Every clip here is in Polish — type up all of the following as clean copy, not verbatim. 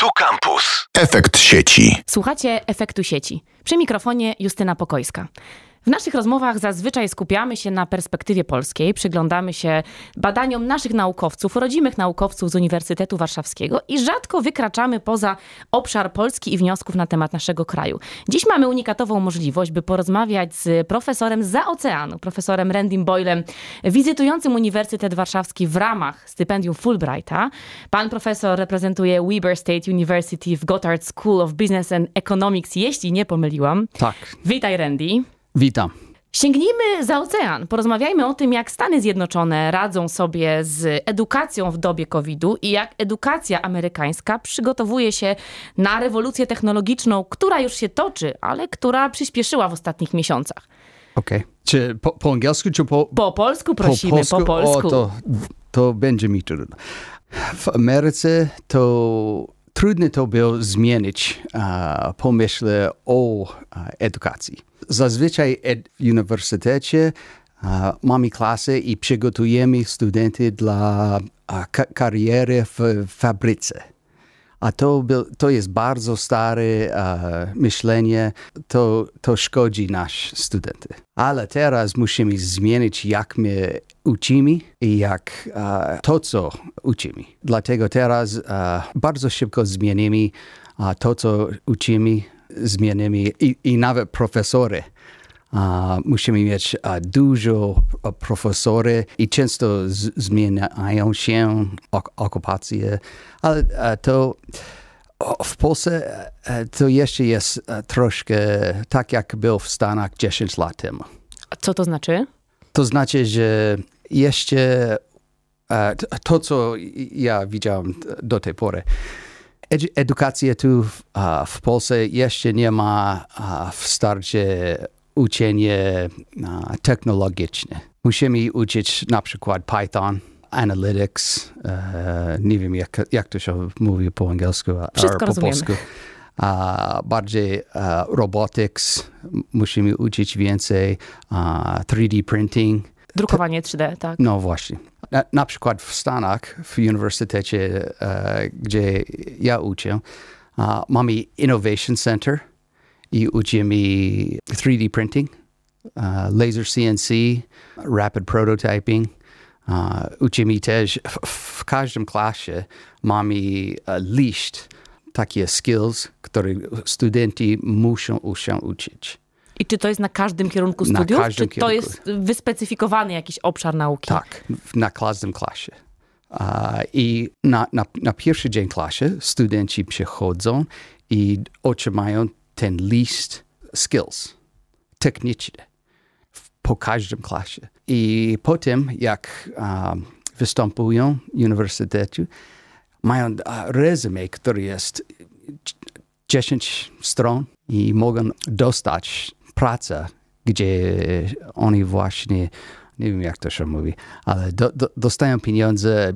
Tu Campus. Efekt sieci. Słuchacie Efektu sieci. Przy mikrofonie Justyna Pokojska. W naszych rozmowach zazwyczaj skupiamy się na perspektywie polskiej, przyglądamy się badaniom naszych naukowców, rodzimych naukowców z Uniwersytetu Warszawskiego i rzadko wykraczamy poza obszar Polski i wniosków na temat naszego kraju. Dziś mamy unikatową możliwość, by porozmawiać z profesorem zza oceanu, profesorem Randym Boylem, wizytującym Uniwersytet Warszawski w ramach stypendium Fulbrighta. Pan profesor reprezentuje Weber State University w Goddard School of Business and Economics, jeśli nie pomyliłam. Tak. Witaj, Randy. Witam. Sięgnijmy za ocean. Porozmawiajmy o tym, jak Stany Zjednoczone radzą sobie z edukacją w dobie COVID-u i jak edukacja amerykańska przygotowuje się na rewolucję technologiczną, która już się toczy, ale która przyspieszyła w ostatnich miesiącach. Okej. Czy po angielsku, czy po... Po polsku prosimy, po polsku. O, to będzie mi trudno. W Ameryce to trudno to było zmienić pomysł o edukacji. Zazwyczaj w uniwersytecie mamy klasy i przygotujemy studentów dla kariery w fabryce. A to jest bardzo stare myślenie, to szkodzi nasz studenty. Ale teraz musimy zmienić, jak my uczymy i jak to, co uczymy. Dlatego teraz bardzo szybko zmienimy to, co uczymy, zmienimy i nawet profesory. Musimy mieć dużo profesory i często zmieniają się okupacje, ale to w Polsce to jeszcze jest troszkę tak, jak było w Stanach 10 lat temu. A co to znaczy? To znaczy, że jeszcze to, co ja widziałem do tej pory, edukacja tu w Polsce jeszcze nie ma w starcie uczenie technologiczne. Musimy uczyć na przykład Python, Analytics, nie wiem jak to się mówi po angielsku, wszystko po polsku. Bardziej robotics, musimy uczyć więcej, 3D printing. Drukowanie 3D, tak. No właśnie. Na przykład w Stanach, w uniwersytecie, gdzie ja uczę, mamy Innovation Center i uczymy 3D printing, laser CNC, rapid prototyping. Uczymy też w każdym klasie mamy list takie skills, które studenci muszą się uczyć. I czy to jest na każdym kierunku studiów? Każdym czy to jest wyspecyfikowany jakiś obszar nauki? Tak, na każdym klasie. I na pierwszy dzień klasy studenci przychodzą i otrzymają ten list skills techniczne po każdym klasie. I potem, jak występują w uniwersytecie, mają resume, który jest 10 stron i mogą dostać pracę, gdzie oni właśnie, nie wiem jak to się mówi, ale dostają pieniądze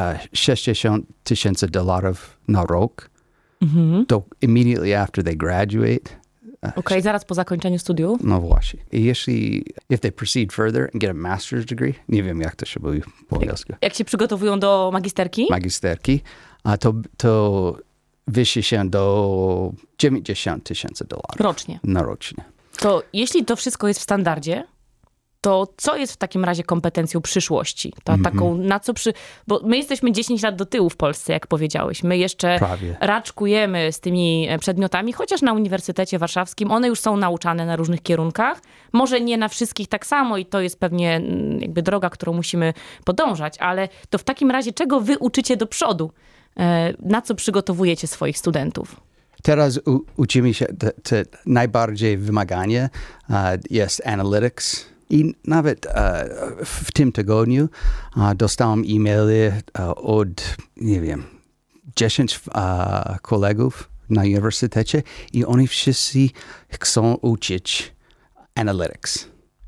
$60,000 na rok. To immediately after they graduate. Okej, zaraz po zakończeniu studiów. No właśnie. I if they proceed further and get a master's degree, nie wiem jak to się mówi po angielsku. Jak się przygotowują do magisterki? Magisterki, to wyższy się do $90,000. Rocznie. Na rocznie. To jeśli to wszystko jest w standardzie, to co jest w takim razie kompetencją przyszłości? Taką, bo my jesteśmy 10 lat do tyłu w Polsce, jak powiedziałeś. My jeszcze raczkujemy z tymi przedmiotami, chociaż na Uniwersytecie Warszawskim one już są nauczane na różnych kierunkach. Może nie na wszystkich tak samo i to jest pewnie jakby droga, którą musimy podążać, ale to w takim razie czego wy uczycie do przodu? Na co przygotowujecie swoich studentów? Teraz uczymy się, te najbardziej wymaganie jest Analytics. I nawet w tym tygodniu dostałem e-maily od, nie wiem, 10 kolegów na uniwersytecie i oni wszyscy chcą uczyć Analytics.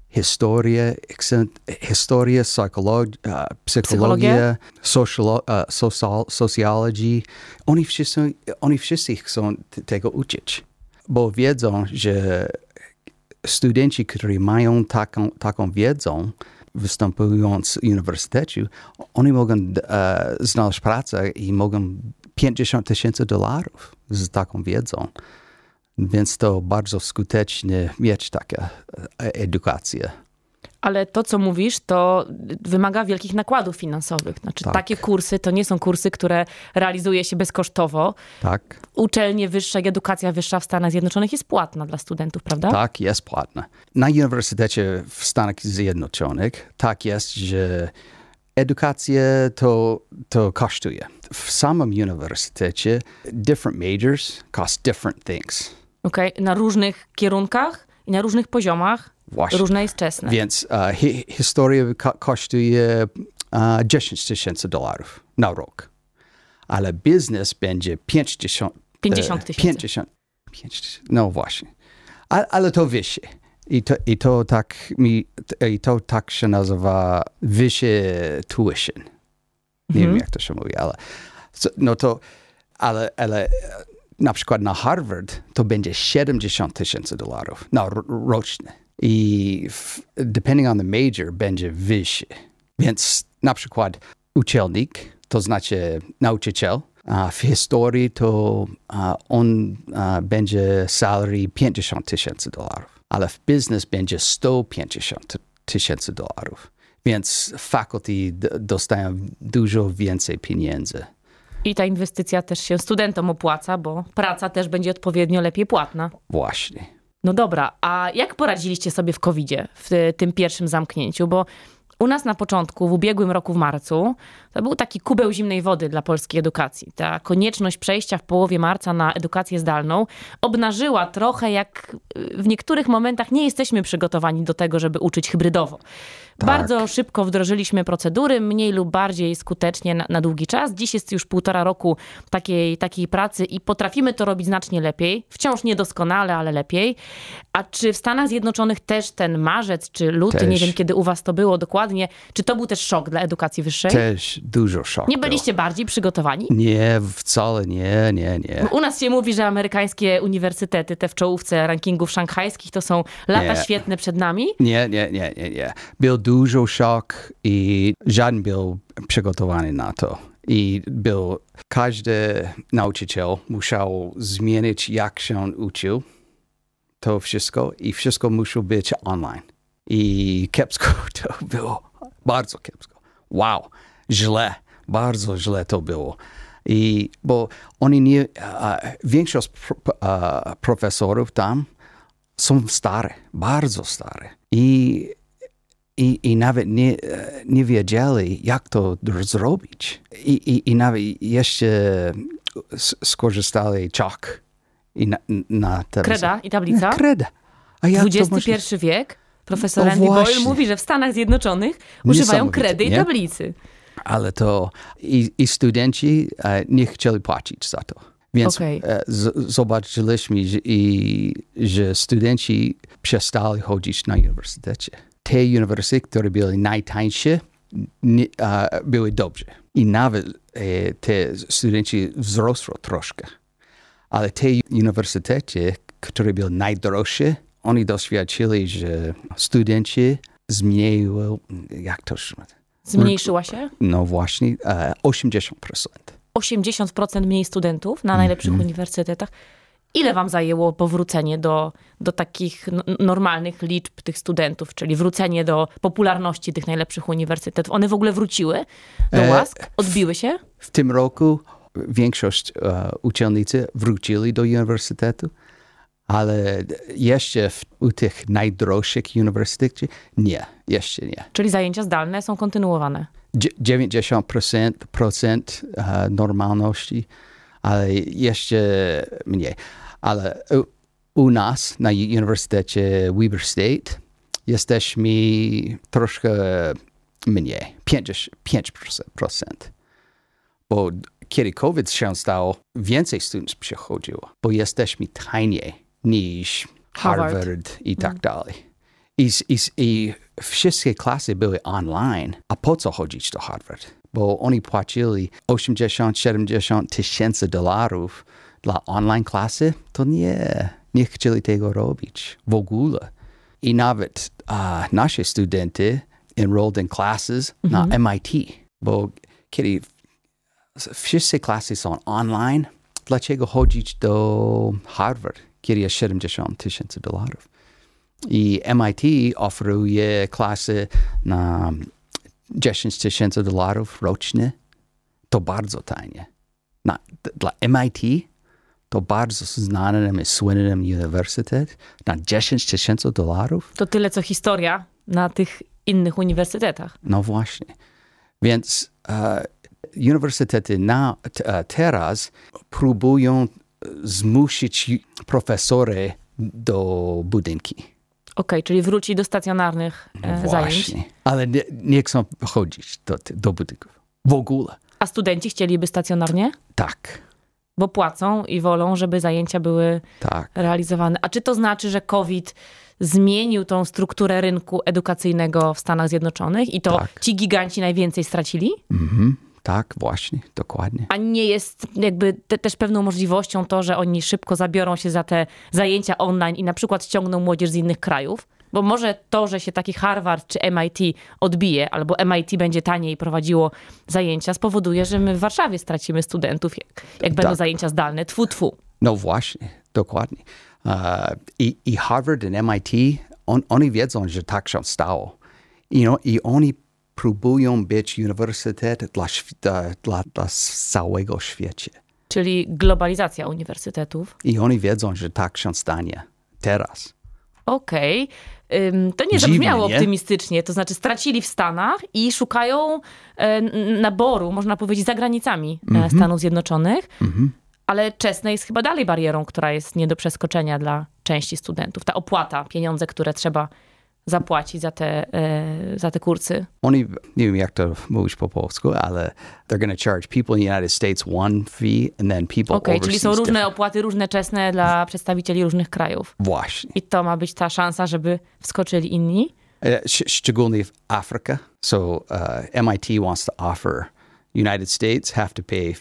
Historia, psychologia, sociology. Oni wszyscy chcą tego uczyć, bo wiedzą, że studenci, którzy mają taką wiedzę, występując w uniwersytecie, oni mogą znaleźć pracę i mogą $50,000 z taką wiedzą. Więc to bardzo skutecznie mieć taką edukację. Ale to, co mówisz, to wymaga wielkich nakładów finansowych. Znaczy, takie kursy to nie są kursy, które realizuje się bezkosztowo. Tak. Uczelnie wyższe i edukacja wyższa w Stanach Zjednoczonych jest płatna dla studentów, prawda? Tak, jest płatna. Na uniwersytecie w Stanach Zjednoczonych tak jest, że edukacja to kosztuje. W samym uniwersytecie different majors cost different things. Okej, na różnych kierunkach i na różnych poziomach. Właśnie. Różne jest wczesne. Więc historia kosztuje $10,000 na rok. Ale biznes będzie 50 tysięcy. No właśnie. Ale to wyższe. I to tak się nazywa wyższe tuition. Nie wiem, jak to się mówi, ale na przykład na Harvard to będzie $70,000 na rocznie. I depending on the major będzie wyższy. Więc na przykład uczelnik, to znaczy nauczyciel, w historii to on będzie salary $50,000, ale w biznes będzie $150,000. Więc faculty dostają dużo więcej pieniędzy. I ta inwestycja też się studentom opłaca, bo praca też będzie odpowiednio lepiej płatna. Właśnie. No dobra, a jak poradziliście sobie w COVID-zie, w tym pierwszym zamknięciu? Bo u nas na początku, w ubiegłym roku w marcu, to był taki kubeł zimnej wody dla polskiej edukacji. Ta konieczność przejścia w połowie marca na edukację zdalną obnażyła trochę, jak w niektórych momentach nie jesteśmy przygotowani do tego, żeby uczyć hybrydowo. Tak. Bardzo szybko wdrożyliśmy procedury, mniej lub bardziej skutecznie na długi czas. Dziś jest już 1,5 roku takiej pracy i potrafimy to robić znacznie lepiej. Wciąż niedoskonale, ale lepiej. A czy w Stanach Zjednoczonych też ten marzec czy luty, nie wiem kiedy u was to było dokładnie, czy to był też szok dla edukacji wyższej? Też dużo szok. Nie byliście bardziej przygotowani? Nie, wcale nie. U nas się mówi, że amerykańskie uniwersytety, te w czołówce rankingów szanghajskich, to są lata świetne przed nami? Nie. Był dużo szok i żaden był przygotowany na to. I każdy nauczyciel musiał zmienić, jak się uczył to wszystko i wszystko musi być online. I kiepsko to było, bardzo kiepsko. Wow, źle, bardzo źle to było. Bo oni nie, większość profesorów tam są stare, bardzo stare. I nawet nie wiedzieli, jak to zrobić. I nawet jeszcze skorzystali chalk na Kreda i tablica? Kreda. XXI wiek? Profesor Andy Boyle mówi, że w Stanach Zjednoczonych używają kredy i tablicy. Ale to i studenci nie chcieli płacić za to. Więc zobaczyliśmy, że studenci przestali chodzić na uniwersytecie. Te uniwersytety, które były najtańsze, były dobrze. I nawet te studenci wzrosły troszkę. Ale te uniwersytety, które były najdroższe, oni doświadczyli, że studenci Zmniejszyła się? No właśnie, 80%. 80% mniej studentów na najlepszych uniwersytetach. Ile wam zajęło powrócenie do takich normalnych liczb tych studentów, czyli wrócenie do popularności tych najlepszych uniwersytetów? One w ogóle wróciły do łask? Odbiły się? W tym roku większość uczelnicy wrócili do uniwersytetu, ale jeszcze u tych najdroższych uniwersytetach jeszcze nie. Czyli zajęcia zdalne są kontynuowane? 90% normalności, ale jeszcze mniej. Ale u nas na Uniwersytecie Weber State jesteśmy troszkę mniej, 5%. Bo kiedy COVID się stał, więcej studentów przychodziło, bo jesteśmy taniej niż Harvard i tak dalej. I wszystkie klasy były online. A po co chodzić do Harvard? Bo oni płacili $80-70 tysięcy dla online klasy. To nie chcieli tego robić w ogóle. I nawet nasi studenty enrolled in classes na MIT. Bo kiedy Wszystkie klasy są online. Dlaczego chodzić do Harvard, kiedy jest $70,000? I MIT oferuje klasy na $10,000 rocznie. To bardzo tanie. Dla MIT to bardzo znanym i słynnym uniwersytet na $10,000. To tyle, co historia na tych innych uniwersytetach. No właśnie. Więc uniwersytety teraz próbują zmusić profesory do budynki. Okej, czyli wróci do stacjonarnych zajęć. Właśnie. Ale nie chcą chodzić do budynków. W ogóle. A studenci chcieliby stacjonarnie? Tak. Bo płacą i wolą, żeby zajęcia były Tak. realizowane. A czy to znaczy, że COVID zmienił tą strukturę rynku edukacyjnego w Stanach Zjednoczonych i to Tak. ci giganci najwięcej stracili? Tak, właśnie, dokładnie. A nie jest jakby też pewną możliwością to, że oni szybko zabiorą się za te zajęcia online i na przykład ściągną młodzież z innych krajów? Bo może to, że się taki Harvard czy MIT odbije, albo MIT będzie taniej prowadziło zajęcia, spowoduje, że my w Warszawie stracimy studentów, jak będą zajęcia zdalne. Tfu, tfu. No właśnie, dokładnie. I Harvard i MIT, oni wiedzą, że tak się stało. I oni próbują być uniwersytet dla całego świata. Czyli globalizacja uniwersytetów. I oni wiedzą, że tak się stanie teraz. Okej. To nie zabrzmiało optymistycznie. To znaczy stracili w Stanach i szukają naboru, można powiedzieć, za granicami Stanów Zjednoczonych. Ale czesne jest chyba dalej barierą, która jest nie do przeskoczenia dla części studentów. Ta opłata, pieniądze, które trzeba zapłacić za te kursy. Oni, nie wiem jak to mówić po polsku, ale they're going to charge people in the United States one fee and then people overseas. Czyli są różne opłaty, różne czesne dla przedstawicieli różnych krajów. Właśnie. I to ma być ta szansa, żeby wskoczyli inni? Szczególnie w Afryce. So MIT wants to offer United States have to pay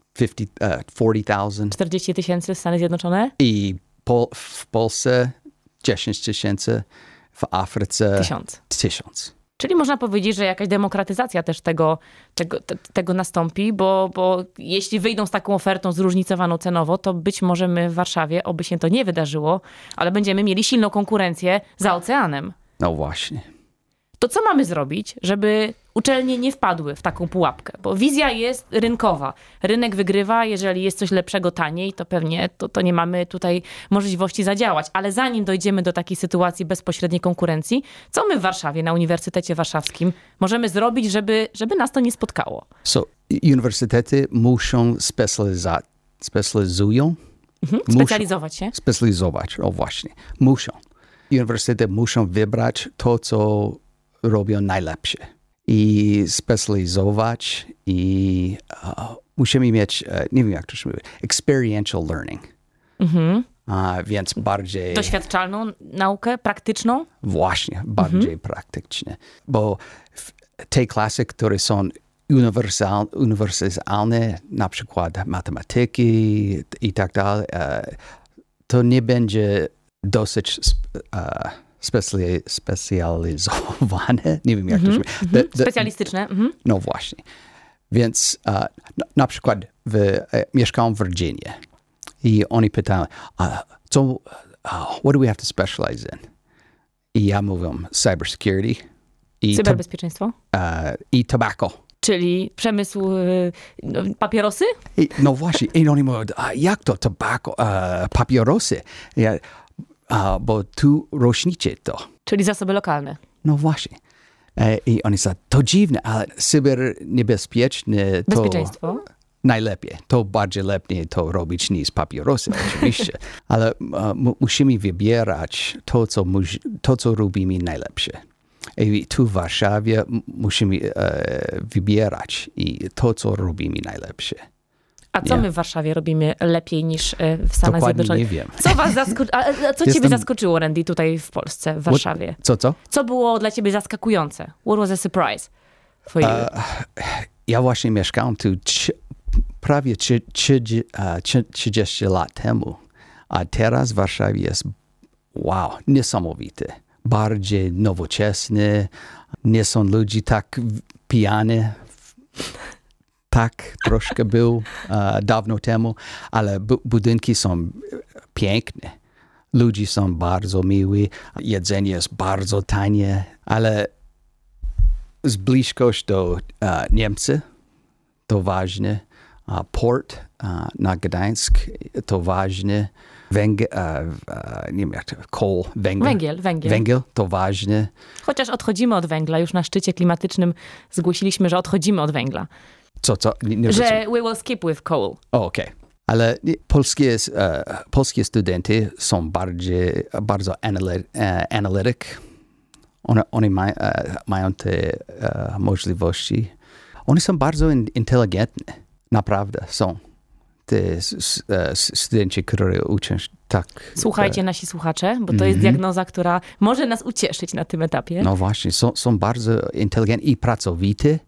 40,000. 40,000 Stany Zjednoczone? I w Polsce 10,000. W Afryce 1000. Czyli można powiedzieć, że jakaś demokratyzacja też tego nastąpi, bo jeśli wyjdą z taką ofertą zróżnicowaną cenowo, to być może my w Warszawie, oby się to nie wydarzyło, ale będziemy mieli silną konkurencję za oceanem. No właśnie. To co mamy zrobić, żeby uczelnie nie wpadły w taką pułapkę? Bo wizja jest rynkowa. Rynek wygrywa, jeżeli jest coś lepszego taniej, to pewnie to nie mamy tutaj możliwości zadziałać. Ale zanim dojdziemy do takiej sytuacji bezpośredniej konkurencji, co my w Warszawie, na Uniwersytecie Warszawskim możemy zrobić, żeby nas to nie spotkało? So, uniwersytety muszą specjalizują. Specjalizować się? Specjalizować, o właśnie. Muszą. Uniwersytety muszą wybrać to, co robią najlepsze. I specjalizować i musimy mieć, nie wiem jak to się mówi, experiential learning. Więc bardziej... Doświadczalną naukę, praktyczną? Właśnie, bardziej praktycznie. Bo te klasy, które są uniwersalne, na przykład matematyki i tak dalej, to nie będzie dosyć specjalizowane. Nie wiem, jak to się mówi. Specjalistyczne. No właśnie. Więc na przykład mieszkałem w Virginia i oni pytają, what do we have to specialize in? I ja mówię, cybersecurity. Cyberbezpieczeństwo? I tobacco. Czyli przemysł papierosy? No właśnie. I oni mówią, jak to tobacco, papierosy? Bo tu rośnicie to. Czyli zasoby lokalne. No właśnie. I oni są, to dziwne, ale cyberniebezpieczne to... Bezpieczeństwo? Najlepiej. To bardziej lepiej to robić niż papierosy, oczywiście. Ale musimy wybierać to, co robimy najlepsze. I tu w Warszawie musimy wybierać to, co robimy najlepsze. A co my w Warszawie robimy lepiej niż w Stanach Zjednoczonych? Nie wiem. Co was co ciebie zaskoczyło, Randy, tutaj w Polsce, w Warszawie? Co? Co było dla ciebie zaskakujące? What was a surprise for you? Ja właśnie mieszkałem tu prawie 30 lat temu. A teraz w Warszawie jest niesamowite. Bardziej nowoczesne. Nie są ludzie tak pijane. Tak, troszkę był dawno temu, ale budynki są piękne. Ludzie są bardzo miły, jedzenie jest bardzo tanie, ale z bliskość do Niemcy to ważne. Port na Gdańsk to ważne. Nie wiem jak to, węgiel to ważne. Chociaż odchodzimy od węgla, już na szczycie klimatycznym zgłosiliśmy, że odchodzimy od węgla. Co? Że we will skip with coal. Okej. Ale polskie studenty są bardzo analityk. Oni mają te możliwości. Oni są bardzo inteligentni. Naprawdę są. Te studenci, którzy uczą tak. Słuchajcie, nasi słuchacze, bo to jest diagnoza, która może nas ucieszyć na tym etapie. No właśnie, są bardzo inteligentni i pracowity.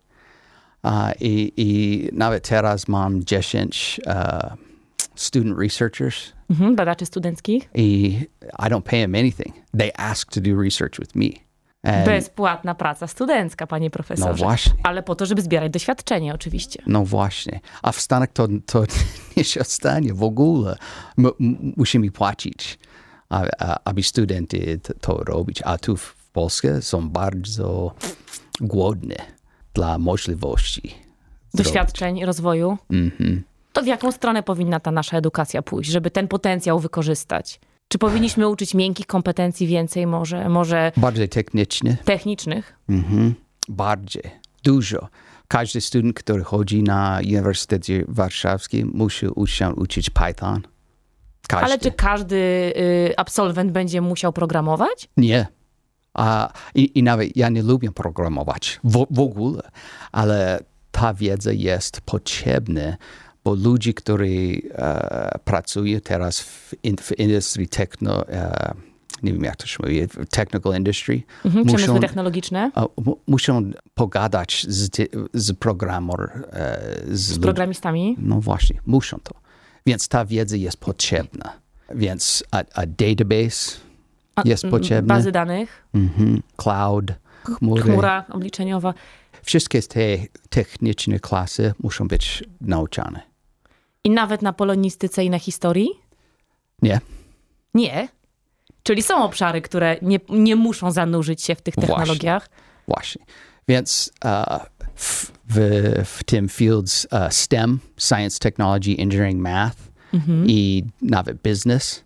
I nawet teraz mam 10 student researchers. Badaczy studenckich. I don't pay them anything. They ask to do research with me. Bezpłatna praca studencka, panie profesorze. No właśnie. Ale po to, żeby zbierać doświadczenie oczywiście. No właśnie. A w Stanach to nie się stanie w ogóle. Musimy płacić, aby studenty to robić. A tu w Polsce są bardzo głodne dla możliwości. Doświadczeń, rozwoju. To w jaką stronę powinna ta nasza edukacja pójść, żeby ten potencjał wykorzystać? Czy powinniśmy uczyć miękkich kompetencji więcej może bardziej technicznych? Bardziej. Dużo. Każdy student, który chodzi na Uniwersytecie Warszawskim, musi się uczyć Python. Każdy. Ale czy każdy absolwent będzie musiał programować? Nie. I nawet ja nie lubię programować w ogóle, ale ta wiedza jest potrzebna, bo ludzie, którzy pracują teraz w industrii nie wiem jak to się mówi, technical industry. Przemysły technologiczne. Muszą pogadać z z programistami. No właśnie, muszą to. Więc ta wiedza jest potrzebna. Więc a database jest potrzebna. Bazy danych. Cloud, chmura obliczeniowa. Wszystkie te techniczne klasy muszą być nauczane. I nawet na polonistyce i na historii? Nie? Czyli są obszary, które nie muszą zanurzyć się w tych technologiach? Właśnie. Więc w tym fields STEM, Science, Technology, Engineering, Math i nawet business,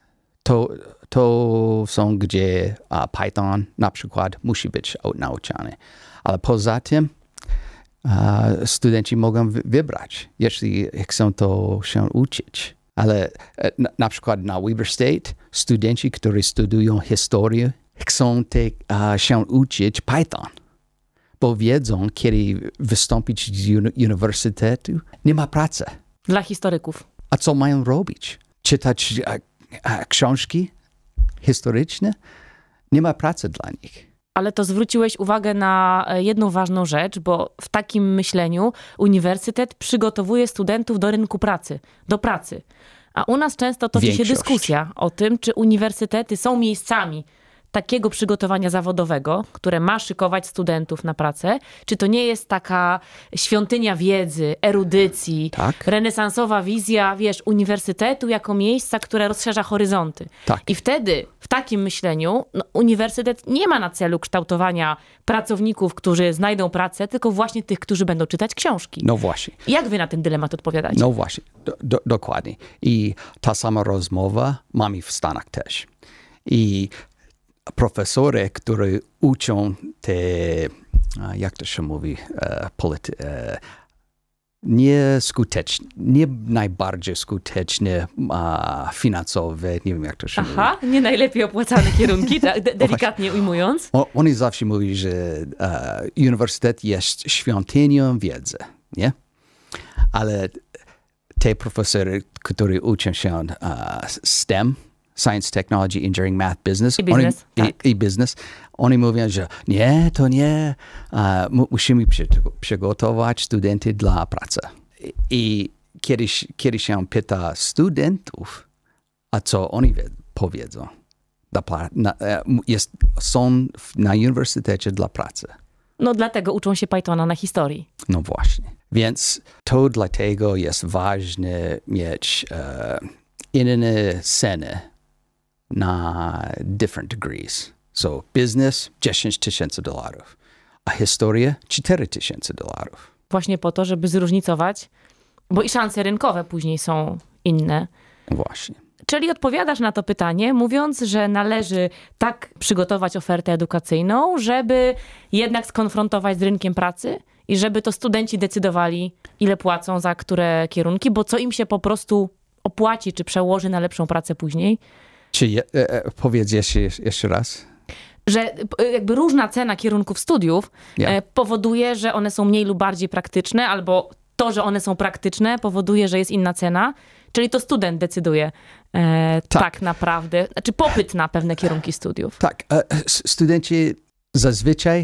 to są, gdzie Python na przykład musi być nauczany. Ale poza tym studenci mogą wybrać, jeśli chcą to się uczyć. Ale na przykład na Weber State studenci, którzy studiują historię, chcą się uczyć Python, bo wiedzą, kiedy wystąpić z uniwersytetu, nie ma pracy. Dla historyków. A co mają robić? Czytać książki historyczne? Nie ma pracy dla nich. Ale to zwróciłeś uwagę na jedną ważną rzecz, bo w takim myśleniu uniwersytet przygotowuje studentów do rynku pracy, do pracy. A u nas często toczy się dyskusja o tym, czy uniwersytety są miejscami takiego przygotowania zawodowego, które ma szykować studentów na pracę, czy to nie jest taka świątynia wiedzy, erudycji, renesansowa wizja, uniwersytetu jako miejsca, które rozszerza horyzonty. I wtedy w takim myśleniu uniwersytet nie ma na celu kształtowania pracowników, którzy znajdą pracę, tylko właśnie tych, którzy będą czytać książki. No właśnie. Jak wy na ten dylemat odpowiadacie? No właśnie, dokładnie. I ta sama rozmowa mamy w Stanach też. I profesory, którzy uczą te, jak to się mówi, nie najbardziej skuteczne finansowe, nie wiem jak to się mówi. Nie najlepiej opłacane kierunki, tak, delikatnie ujmując. Oni zawsze mówią, że uniwersytet jest świątynią wiedzy, nie? Ale te profesory, którzy uczą się STEM, Science, Technology, Engineering, Math, Business. I business. Oni mówią, że nie, to nie. Musimy przygotować studentów dla pracy. I kiedy się pyta studentów, a co oni powiedzą? Są na uniwersytecie dla pracy. No dlatego uczą się Pythona na historii. No właśnie. Więc to dlatego jest ważne mieć inne ceny na different degrees. So business $10,000, a historia $4,000. Właśnie po to, żeby zróżnicować, bo i szanse rynkowe później są inne. Właśnie. Czyli odpowiadasz na to pytanie, mówiąc, że należy tak przygotować ofertę edukacyjną, żeby jednak skonfrontować z rynkiem pracy i żeby to studenci decydowali, ile płacą za które kierunki, bo co im się po prostu opłaci, czy przełoży na lepszą pracę później. Czy powiedz jeszcze raz? Że jakby różna cena kierunków studiów powoduje, że one są mniej lub bardziej praktyczne, albo to, że one są praktyczne, powoduje, że jest inna cena. Czyli to student decyduje tak naprawdę, znaczy popyt na pewne kierunki studiów. Tak, studenci zazwyczaj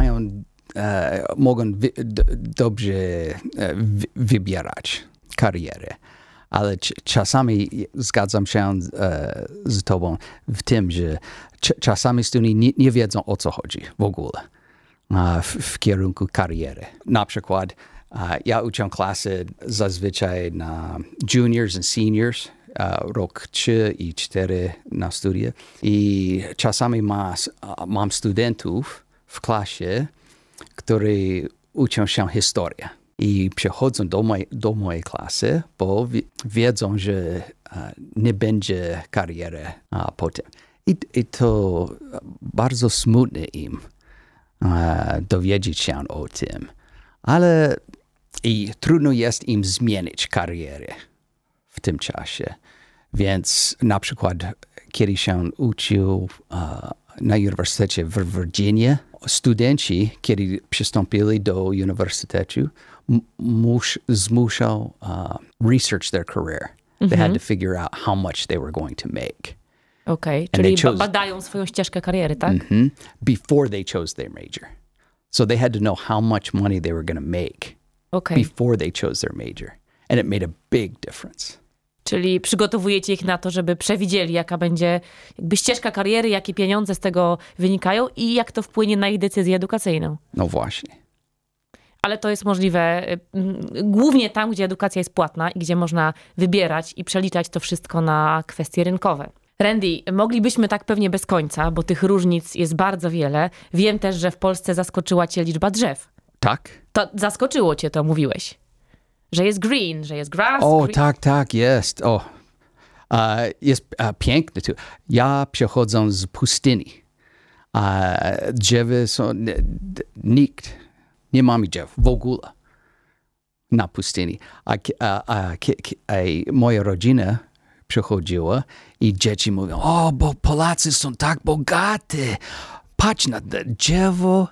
mogą dobrze wybierać karierę, ale czasami zgadzam się z tobą w tym, że czasami studenci nie wiedzą, o co chodzi w ogóle w kierunku kariery. Na przykład ja uczę klasy zazwyczaj na juniors and seniors, rok 3 i 4 na studia. I czasami mam studentów w klasie, którzy uczą się historii. I przychodzą do mojej klasy, bo wiedzą, że nie będzie kariery potem. I to bardzo smutne im dowiedzieć się o tym. Ale i trudno jest im zmienić karierę w tym czasie. Więc na przykład, kiedy się uczył na uniwersytecie w Virginia, studenci, kiedy przystąpili do uniwersytetu, muszą research their career. They had to figure out how much they were going to make. Okej, czyli badają swoją ścieżkę kariery, tak? Before they chose their major. So they had to know how much money they were going to make before they chose their major. And it made a big difference. Czyli przygotowujecie ich na to, żeby przewidzieli, jaka będzie jakby ścieżka kariery, jakie pieniądze z tego wynikają i jak to wpłynie na ich decyzję edukacyjną. No właśnie. Ale to jest możliwe głównie tam, gdzie edukacja jest płatna i gdzie można wybierać i przeliczać to wszystko na kwestie rynkowe. Randy, moglibyśmy tak pewnie bez końca, bo tych różnic jest bardzo wiele. Wiem też, że w Polsce zaskoczyła cię liczba drzew. Tak? To zaskoczyło cię to, mówiłeś. Że jest green, że jest grass. O, green. tak, jest. Jest piękne tu. Ja przychodzę z pustyni. Drzewa są... Nikt nie mamy drzew w ogóle na pustyni. Moja rodzina przychodziła i dzieci mówią, bo Polacy są tak bogaty. Patrz na drzewo,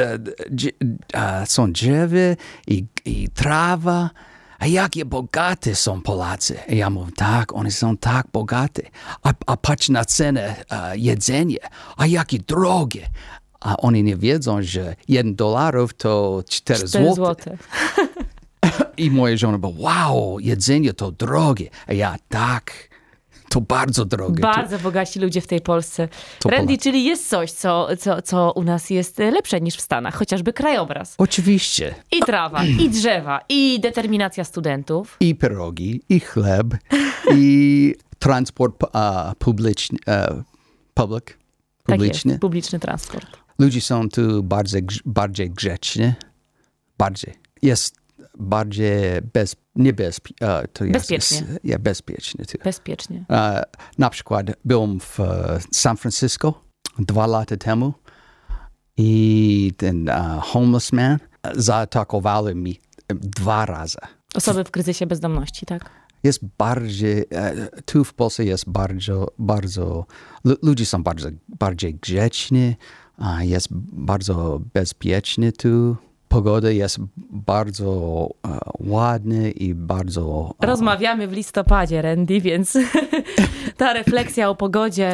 są drzewa i trawa. A jakie bogate są Polacy. I ja mówię, tak, oni są tak bogate. A patrz na cenę jedzenia. A jakie drogie. A oni nie wiedzą, że $1 to 4 złote. I moja żona była, wow, jedzenie to drogie. A ja, tak, to bardzo drogie. Bardzo bogaci ludzie w tej Polsce. Randy, czyli jest coś, co u nas jest lepsze niż w Stanach, chociażby krajobraz. Oczywiście. I trawa, i drzewa, i determinacja studentów. I pierogi, i chleb, i transport publiczny. Tak jest, publiczny transport. Ludzie są tu bardziej grzeczni. Jest bardziej bezpiecznie. Bezpiecznie. Bezpiecznie. Na przykład byłem w San Francisco 2 lata temu i ten homeless man zaatakował mi 2 razy. Osoby w kryzysie bezdomności, tak? Jest bardziej, tu w Polsce jest bardzo, ludzie są bardziej grzeczni, jest bardzo bezpiecznie tu. Pogoda jest bardzo ładna i bardzo... Rozmawiamy w listopadzie, Randy, więc ta refleksja o pogodzie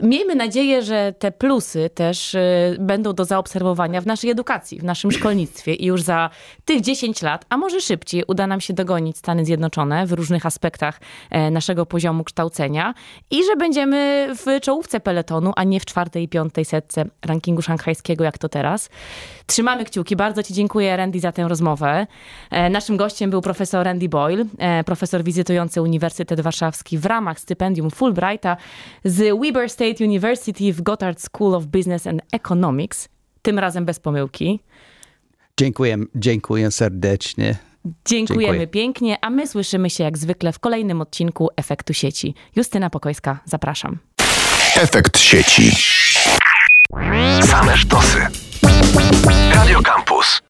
Miejmy nadzieję, że te plusy też będą do zaobserwowania w naszej edukacji, w naszym szkolnictwie i już za tych 10 lat, a może szybciej, uda nam się dogonić Stany Zjednoczone w różnych aspektach naszego poziomu kształcenia i że będziemy w czołówce peletonu, a nie w 4. i 5. setce rankingu szanghajskiego, jak to teraz. Trzymamy kciuki. Bardzo Ci dziękuję, Randy, za tę rozmowę. Naszym gościem był profesor Randy Boyle, profesor wizytujący Uniwersytet Warszawski w ramach stypendium Fulbrighta z Weber State University w Goddard School of Business and Economics. Tym razem bez pomyłki. Dziękuję serdecznie. Dziękujemy pięknie, a my słyszymy się jak zwykle w kolejnym odcinku Efektu Sieci. Justyna Pokojska, zapraszam. Efekt sieci. Same sztosy. Radio Campus.